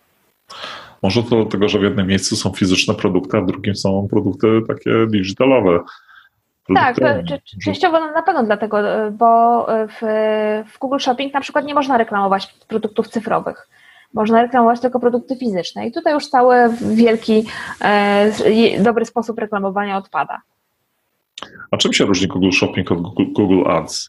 Może to dlatego, że w jednym miejscu są fizyczne produkty, a w drugim są produkty takie digitalowe. Tak, to, częściowo na pewno dlatego, bo w, w Google Shopping na przykład nie można reklamować produktów cyfrowych. Można reklamować tylko produkty fizyczne i tutaj już cały wielki, e, dobry sposób reklamowania odpada. A czym się różni Google Shopping od Google, Google Ads?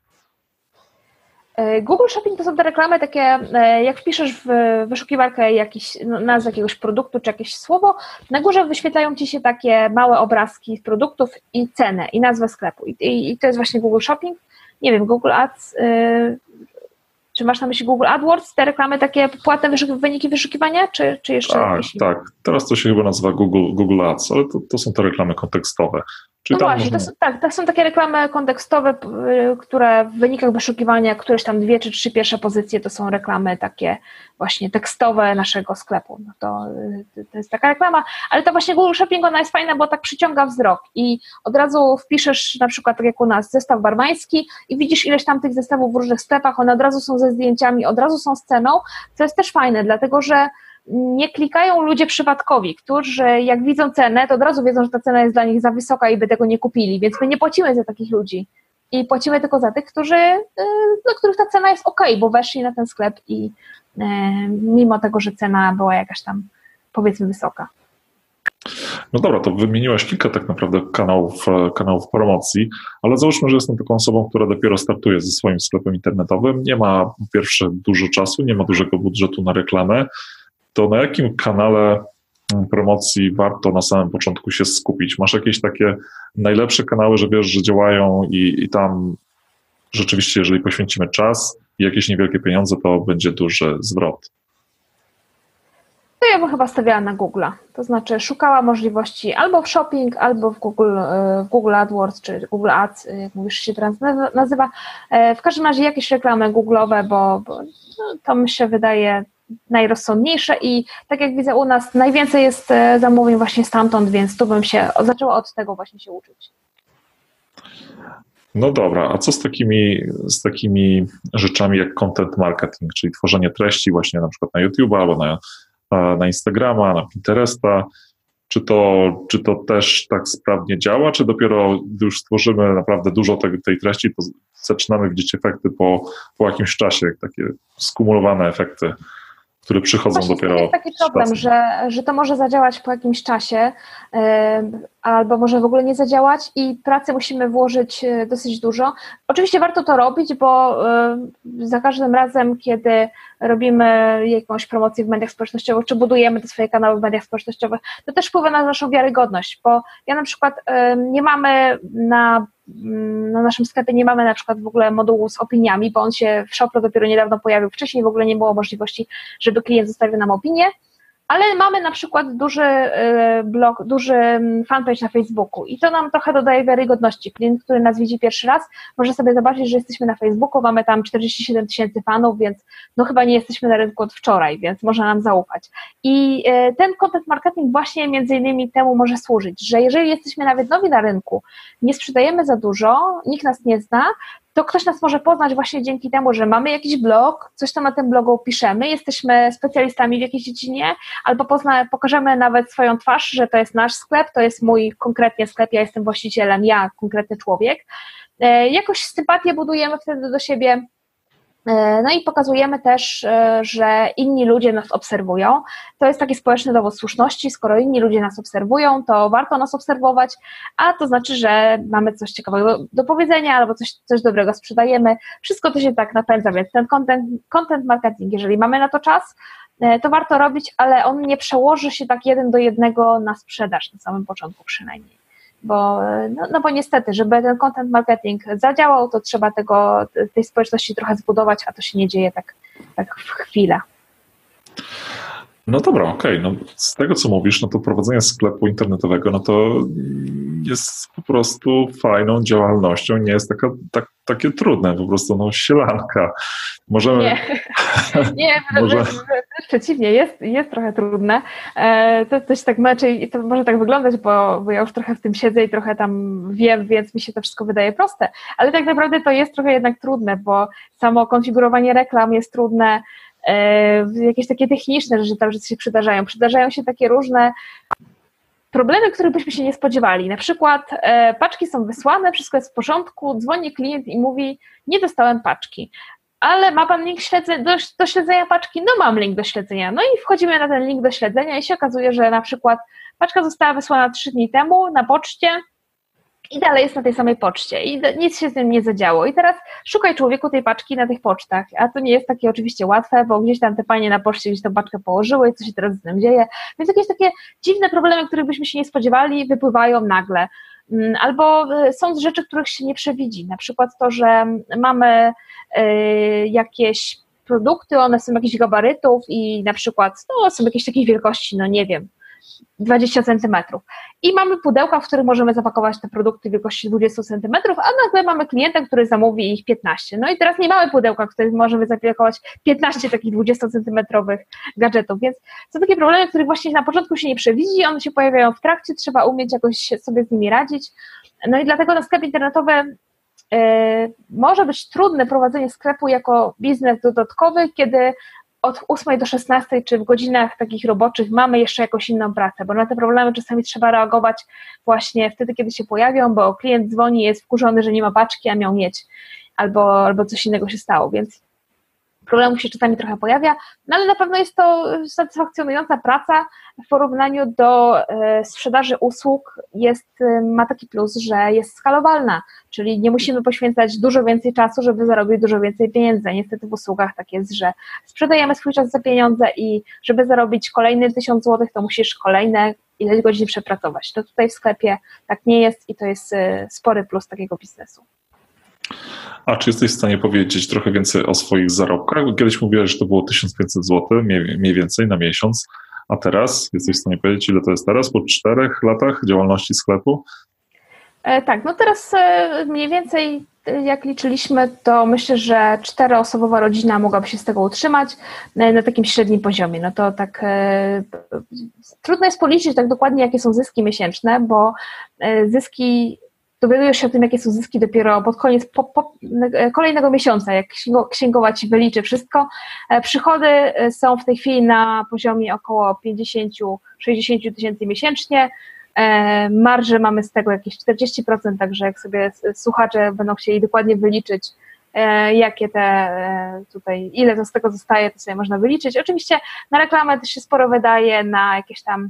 Google Shopping to są te reklamy takie, jak wpiszesz w wyszukiwarkę jakiś, nazwę jakiegoś produktu czy jakieś słowo, na górze wyświetlają Ci się takie małe obrazki produktów i cenę i nazwę sklepu. I, i, i to jest właśnie Google Shopping. Nie wiem, Google Ads, yy, czy masz na myśli Google AdWords, te reklamy takie płatne wyszuk- wyniki wyszukiwania, czy, czy jeszcze tak, jakieś? Tak, teraz to się chyba nazywa Google, Google Ads, ale to, to są te reklamy kontekstowe. No właśnie, można... to są, tak, to są takie reklamy kontekstowe, które w wynikach wyszukiwania, któreś tam dwie czy trzy pierwsze pozycje to są reklamy takie właśnie tekstowe naszego sklepu. No to, to jest taka reklama, ale to właśnie Google Shopping, ona jest fajna, bo tak przyciąga wzrok i od razu wpiszesz na przykład tak jak u nas zestaw barmański i widzisz ileś tam tych zestawów w różnych sklepach, one od razu są ze zdjęciami, od razu są z ceną, co jest też fajne, dlatego że nie klikają ludzie przypadkowi, którzy jak widzą cenę, to od razu wiedzą, że ta cena jest dla nich za wysoka i by tego nie kupili, więc my nie płacimy za takich ludzi i płacimy tylko za tych, którzy, dla których ta cena jest ok, bo weszli na ten sklep i mimo tego, że cena była jakaś tam powiedzmy wysoka. No dobra, to wymieniłaś kilka tak naprawdę kanałów, kanałów promocji, ale załóżmy, że jestem taką osobą, która dopiero startuje ze swoim sklepem internetowym, nie ma po pierwsze dużo czasu, nie ma dużego budżetu na reklamę, to na jakim kanale promocji warto na samym początku się skupić? Masz jakieś takie najlepsze kanały, że wiesz, że działają i, i tam rzeczywiście, jeżeli poświęcimy czas i jakieś niewielkie pieniądze, to będzie duży zwrot? To ja bym chyba stawiała na Google'a, to znaczy szukała możliwości albo w shopping, albo w Google, w Google AdWords, czy Google Ads, jak mówisz, się teraz nazywa. W każdym razie jakieś reklamy Google'owe, bo, bo no, to mi się wydaje najrozsądniejsze i tak jak widzę u nas, najwięcej jest zamówień właśnie stamtąd, więc tu bym się zaczęła od tego właśnie się uczyć. No dobra, a co z takimi, z takimi rzeczami jak content marketing, czyli tworzenie treści właśnie na przykład na YouTube'a albo na na Instagrama, na Pinteresta, czy to, czy to też tak sprawnie działa, czy dopiero gdy już stworzymy naprawdę dużo tej, tej treści, to zaczynamy widzieć efekty po, po jakimś czasie, takie skumulowane efekty, które przychodzą Właśnie dopiero. To jest taki problem, że, że to może zadziałać po jakimś czasie, yy, albo może w ogóle nie zadziałać i pracy musimy włożyć dosyć dużo. Oczywiście warto to robić, bo yy, za każdym razem, kiedy robimy jakąś promocję w mediach społecznościowych, czy budujemy te swoje kanały w mediach społecznościowych, to też wpływa na naszą wiarygodność, bo ja na przykład yy, nie mamy na na naszym sklepie nie mamy na przykład w ogóle modułu z opiniami, bo on się w Shopro dopiero niedawno pojawił. Wcześniej w ogóle nie było możliwości, żeby klient zostawił nam opinię, ale mamy na przykład duży blog, duży fanpage na Facebooku i to nam trochę dodaje wiarygodności. Klient, który nas widzi pierwszy raz, może sobie zobaczyć, że jesteśmy na Facebooku, mamy tam czterdzieści siedem tysięcy fanów, więc no chyba nie jesteśmy na rynku od wczoraj, więc można nam zaufać. I ten content marketing właśnie między innymi temu może służyć, że jeżeli jesteśmy nawet nowi na rynku, nie sprzedajemy za dużo, nikt nas nie zna, to ktoś nas może poznać właśnie dzięki temu, że mamy jakiś blog, coś tam na tym blogu piszemy, jesteśmy specjalistami w jakiejś dziedzinie, albo pozna, pokażemy nawet swoją twarz, że to jest nasz sklep, to jest mój konkretnie sklep, ja jestem właścicielem, ja, konkretny człowiek. E, jakoś sympatię budujemy wtedy do siebie, e, no i pokazujemy też, e, że inni ludzie nas obserwują. To jest taki społeczny dowód słuszności, skoro inni ludzie nas obserwują, to warto nas obserwować, a to znaczy, że mamy coś ciekawego do powiedzenia albo coś, coś dobrego sprzedajemy. Wszystko to się tak napędza, więc ten content, content marketing, jeżeli mamy na to czas, to warto robić, ale on nie przełoży się tak jeden do jednego na sprzedaż, na samym początku przynajmniej. Bo, no, no bo niestety, żeby ten content marketing zadziałał, to trzeba tego, tej społeczności trochę zbudować, a to się nie dzieje tak, tak w chwilę. No dobra, okej. Okay. No z tego, co mówisz, no to prowadzenie sklepu internetowego, no to jest po prostu fajną działalnością, nie jest taka, tak, takie trudne, po prostu no sielanka. Możemy... Nie, nie może... przeciwnie, jest, jest trochę trudne. To też tak raczej, to może tak wyglądać, bo, bo ja już trochę w tym siedzę i trochę tam wiem, więc mi się to wszystko wydaje proste, ale tak naprawdę to jest trochę jednak trudne, bo samo konfigurowanie reklam jest trudne, jakieś takie techniczne rzeczy tam rzeczy się przydarzają. Przydarzają się takie różne problemy, których byśmy się nie spodziewali. Na przykład e, paczki są wysłane, wszystko jest w porządku, dzwoni klient i mówi, nie dostałem paczki, ale ma pan link śledze, do, do śledzenia paczki? No mam link do śledzenia. No i wchodzimy na ten link do śledzenia i się okazuje, że na przykład paczka została wysłana trzy dni temu na poczcie i dalej jest na tej samej poczcie i nic się z tym nie zadziało. I teraz szukaj człowieku tej paczki na tych pocztach, a to nie jest takie oczywiście łatwe, bo gdzieś tam te panie na poczcie gdzieś tą paczkę położyły i co się teraz z tym dzieje. Więc jakieś takie dziwne problemy, których byśmy się nie spodziewali, wypływają nagle. Albo są rzeczy, których się nie przewidzi. Na przykład to, że mamy jakieś produkty, one są jakichś gabarytów i na przykład no, są jakieś takiej wielkości, no nie wiem, dwadzieścia centymetrów. I mamy pudełka, w których możemy zapakować te produkty wielkości dwadzieścia centymetrów, a nagle mamy klienta, który zamówi ich piętnaście. No i teraz nie mamy pudełka, w których możemy zapakować piętnaście takich dwudziestocentymetrowych gadżetów, więc są takie problemy, których właśnie na początku się nie przewidzi, one się pojawiają w trakcie, trzeba umieć jakoś sobie z nimi radzić. No i dlatego na sklep internetowy yy, może być trudne prowadzenie sklepu jako biznes dodatkowy, kiedy od ósmej do szesnastej, czy w godzinach takich roboczych mamy jeszcze jakąś inną pracę, bo na te problemy czasami trzeba reagować właśnie wtedy, kiedy się pojawią, bo klient dzwoni, jest wkurzony, że nie ma paczki, a miał mieć, albo, albo coś innego się stało, więc problemów się czasami trochę pojawia, no ale na pewno jest to satysfakcjonująca praca w porównaniu do e, sprzedaży usług, jest, ma taki plus, że jest skalowalna, czyli nie musimy poświęcać dużo więcej czasu, żeby zarobić dużo więcej pieniędzy. Niestety w usługach tak jest, że sprzedajemy swój czas za pieniądze i żeby zarobić kolejny tysiąc złotych, to musisz kolejne ileś godzin przepracować. To tutaj w sklepie tak nie jest i to jest spory plus takiego biznesu. A czy jesteś w stanie powiedzieć trochę więcej o swoich zarobkach? Kiedyś mówiłeś, że to było tysiąc pięćset złotych, mniej, mniej więcej na miesiąc, a teraz jesteś w stanie powiedzieć, ile to jest teraz po czterech latach działalności sklepu? E, tak, no teraz e, mniej więcej jak liczyliśmy, to myślę, że czteroosobowa rodzina mogłaby się z tego utrzymać na, na takim średnim poziomie. No to tak e, trudno jest policzyć tak dokładnie, jakie są zyski miesięczne, bo e, zyski dowiadujesz się o tym, jakie są zyski dopiero pod koniec po, po, kolejnego miesiąca, jak księgowa ci wyliczy wszystko. Przychody są w tej chwili na poziomie około pięćdziesiąt do sześćdziesięciu tysięcy miesięcznie. Marże mamy z tego jakieś czterdzieści procent, także jak sobie słuchacze będą chcieli dokładnie wyliczyć, jakie te tutaj, ile to z tego zostaje, to sobie można wyliczyć. Oczywiście na reklamę też się sporo wydaje, na jakieś tam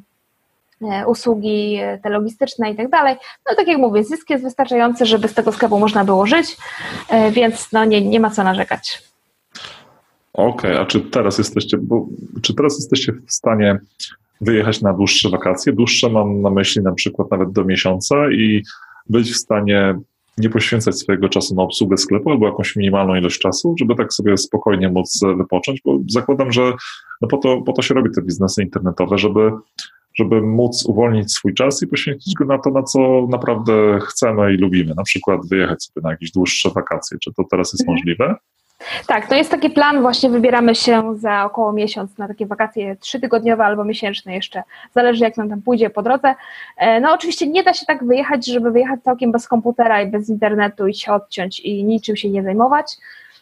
usługi te logistyczne i tak dalej. No tak jak mówię, zysk jest wystarczający, żeby z tego sklepu można było żyć, więc no nie, nie ma co narzekać. Okej, okay, a czy teraz jesteście, bo, czy teraz jesteście w stanie wyjechać na dłuższe wakacje? Dłuższe mam na myśli na przykład nawet do miesiąca i być w stanie nie poświęcać swojego czasu na obsługę sklepu albo jakąś minimalną ilość czasu, żeby tak sobie spokojnie móc wypocząć, bo zakładam, że no po to, po to się robi te biznesy internetowe, żeby żeby móc uwolnić swój czas i poświęcić go na to, na co naprawdę chcemy i lubimy. Na przykład wyjechać sobie na jakieś dłuższe wakacje. Czy to teraz jest możliwe? Tak, to jest taki plan, właśnie wybieramy się za około miesiąc na takie wakacje trzytygodniowe albo miesięczne jeszcze, zależy jak nam tam pójdzie po drodze. No oczywiście nie da się tak wyjechać, żeby wyjechać całkiem bez komputera i bez internetu i się odciąć i niczym się nie zajmować.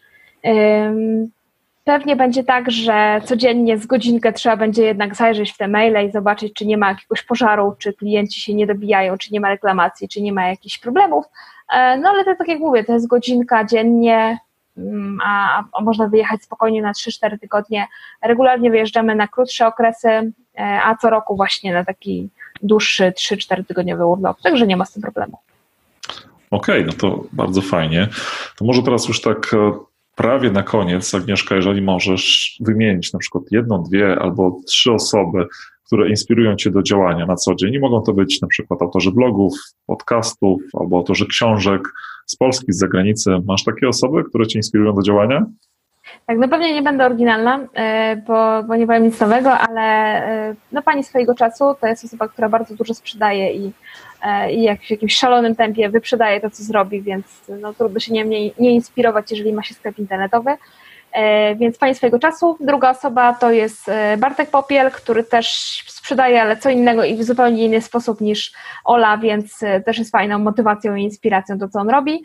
Pewnie będzie tak, że codziennie z godzinkę trzeba będzie jednak zajrzeć w te maile i zobaczyć, czy nie ma jakiegoś pożaru, czy klienci się nie dobijają, czy nie ma reklamacji, czy nie ma jakichś problemów. No ale to tak jak mówię, to jest godzinka dziennie, a, a można wyjechać spokojnie na trzy cztery tygodnie. Regularnie wyjeżdżamy na krótsze okresy, a co roku właśnie na taki dłuższy trzy cztery tygodniowy urlop, także nie ma z tym problemu. Okej, okay, no to bardzo fajnie. To może teraz już tak prawie na koniec, Agnieszka, jeżeli możesz wymienić na przykład jedną, dwie albo trzy osoby, które inspirują cię do działania na co dzień. I mogą to być na przykład autorzy blogów, podcastów albo autorzy książek z Polski, z zagranicy. Masz takie osoby, które cię inspirują do działania? Tak, no pewnie nie będę oryginalna, bo, bo nie powiem nic nowego, ale no pani swojego czasu to jest osoba, która bardzo dużo sprzedaje i, i jak w jakimś szalonym tempie wyprzedaje to, co zrobi, więc no, trudno się nie, nie, nie inspirować, jeżeli ma się sklep internetowy. Więc pani swojego czasu. Druga osoba to jest Bartek Popiel, który też sprzedaje, ale co innego i w zupełnie inny sposób niż Ola, więc też jest fajną motywacją i inspiracją to, co on robi.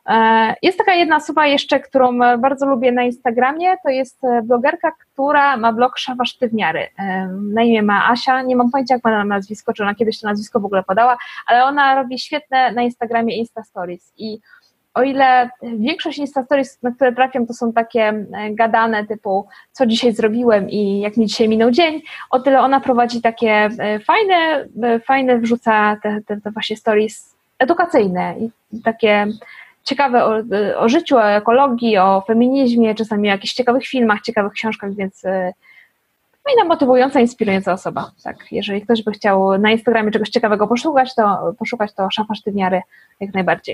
Jest taka jedna osoba jeszcze, którą bardzo lubię na Instagramie, to jest blogerka, która ma blog Szafa Sztywniary. Na imię ma Asia, nie mam pojęcia jak ma na nazwisko, czy ona kiedyś to nazwisko w ogóle podała, ale ona robi świetne na Instagramie Insta Stories i o ile większość Insta Stories, na które trafiam, to są takie gadane typu co dzisiaj zrobiłem i jak mi dzisiaj minął dzień, o tyle ona prowadzi takie fajne, fajne wrzuca te, te, te właśnie stories edukacyjne i takie ciekawe o, o życiu, o ekologii, o feminizmie, czasami o jakichś ciekawych filmach, ciekawych książkach, więc fajna, motywująca, inspirująca osoba. Tak, jeżeli ktoś by chciał na Instagramie czegoś ciekawego poszukać, to poszukać to Szafa Sztywniary jak najbardziej.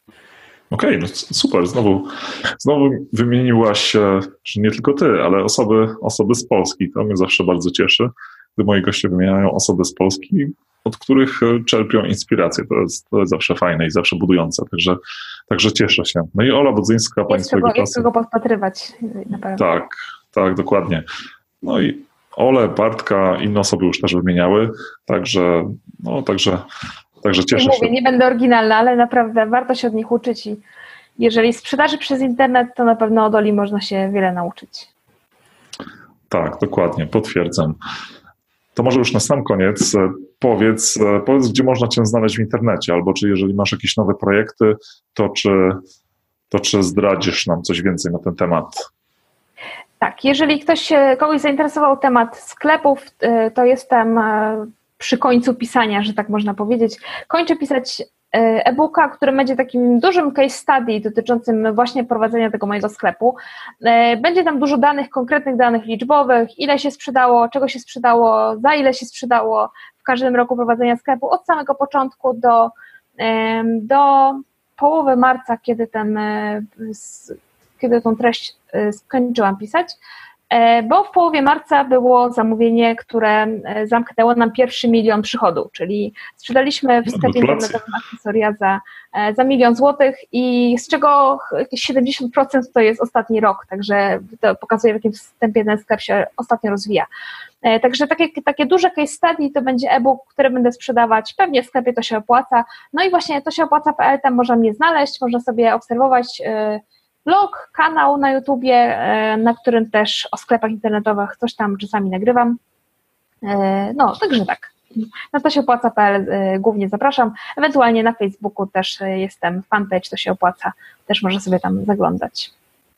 Okej, okay, no super. Znowu, znowu wymieniłaś, że nie tylko ty, ale osoby, osoby z Polski. To mnie zawsze bardzo cieszy, gdy moi goście wymieniają osoby z Polski, od których czerpią inspirację. To jest, to jest zawsze fajne i zawsze budujące, także, także cieszę się. No i Ola Budzyńska, pani swojego czasu. Jest kogo podpatrywać. Na pewno. Tak, tak, dokładnie. No i Ole, Bartka, inne osoby już też wymieniały, także, no, także, także cieszę nie się. Mówię, nie będę oryginalna, ale naprawdę warto się od nich uczyć i jeżeli sprzedaży przez internet, to na pewno od Oli można się wiele nauczyć. Tak, dokładnie, potwierdzam. To może już na sam koniec powiedz, powiedz, gdzie można Cię znaleźć w internecie, albo czy jeżeli masz jakieś nowe projekty, to czy, to czy zdradzisz nam coś więcej na ten temat? Tak, jeżeli ktoś, kogoś zainteresował temat sklepów, to jestem przy końcu pisania, że tak można powiedzieć. Kończę pisać e-booka, który będzie takim dużym case study dotyczącym właśnie prowadzenia tego mojego sklepu. Będzie tam dużo danych, konkretnych danych liczbowych, ile się sprzedało, czego się sprzedało, za ile się sprzedało w każdym roku prowadzenia sklepu, od samego początku do, do połowy marca, kiedy, ten, kiedy tą treść skończyłam pisać. Bo w połowie marca było zamówienie, które zamknęło nam pierwszy milion przychodu, czyli sprzedaliśmy w sklepie internetowym akcesoria za, za milion złotych i z czego jakieś siedemdziesiąt procent to jest ostatni rok, także to pokazuje, w jakim tempie ten sklep się ostatnio rozwija. Także takie, takie duże case study to będzie e-book, który będę sprzedawać, pewnie w sklepie To się opłaca, no i właśnie to się opłaca kropka p l, tam można mnie znaleźć, można sobie obserwować blog, kanał na YouTubie, na którym też o sklepach internetowych coś tam czasami nagrywam. No, także tak. Na to się opłaca kropka p l głównie zapraszam. Ewentualnie na Facebooku też jestem, fanpage To się opłaca, też można sobie tam zaglądać.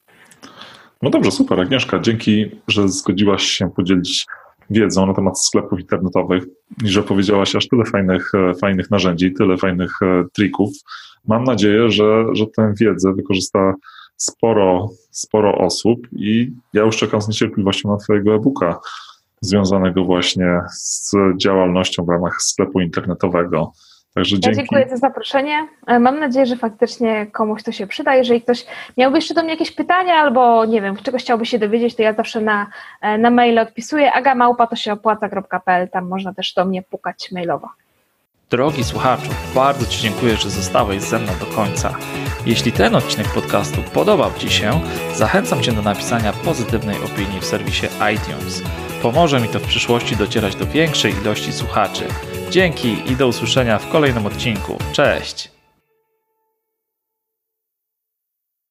No dobrze, super. Agnieszka, dzięki, że zgodziłaś się podzielić wiedzą na temat sklepów internetowych i że powiedziałaś aż tyle fajnych, fajnych narzędzi, tyle fajnych trików. Mam nadzieję, że, że tę wiedzę wykorzysta sporo, sporo osób i ja już czekam z niecierpliwością na Twojego e-booka związanego właśnie z działalnością w ramach sklepu internetowego. Także ja dzięki. Dziękuję za zaproszenie. Mam nadzieję, że faktycznie komuś to się przyda. Jeżeli ktoś miałby jeszcze do mnie jakieś pytania albo nie wiem, czegoś chciałby się dowiedzieć, to ja zawsze na, na maile odpisuję aga małpa to się opłaca kropka p l. Tam można też do mnie pukać mailowo. Drogi słuchaczu, bardzo Ci dziękuję, że zostałeś ze mną do końca. Jeśli ten odcinek podcastu podobał Ci się, zachęcam Cię do napisania pozytywnej opinii w serwisie iTunes. Pomoże mi to w przyszłości docierać do większej ilości słuchaczy. Dzięki i do usłyszenia w kolejnym odcinku. Cześć!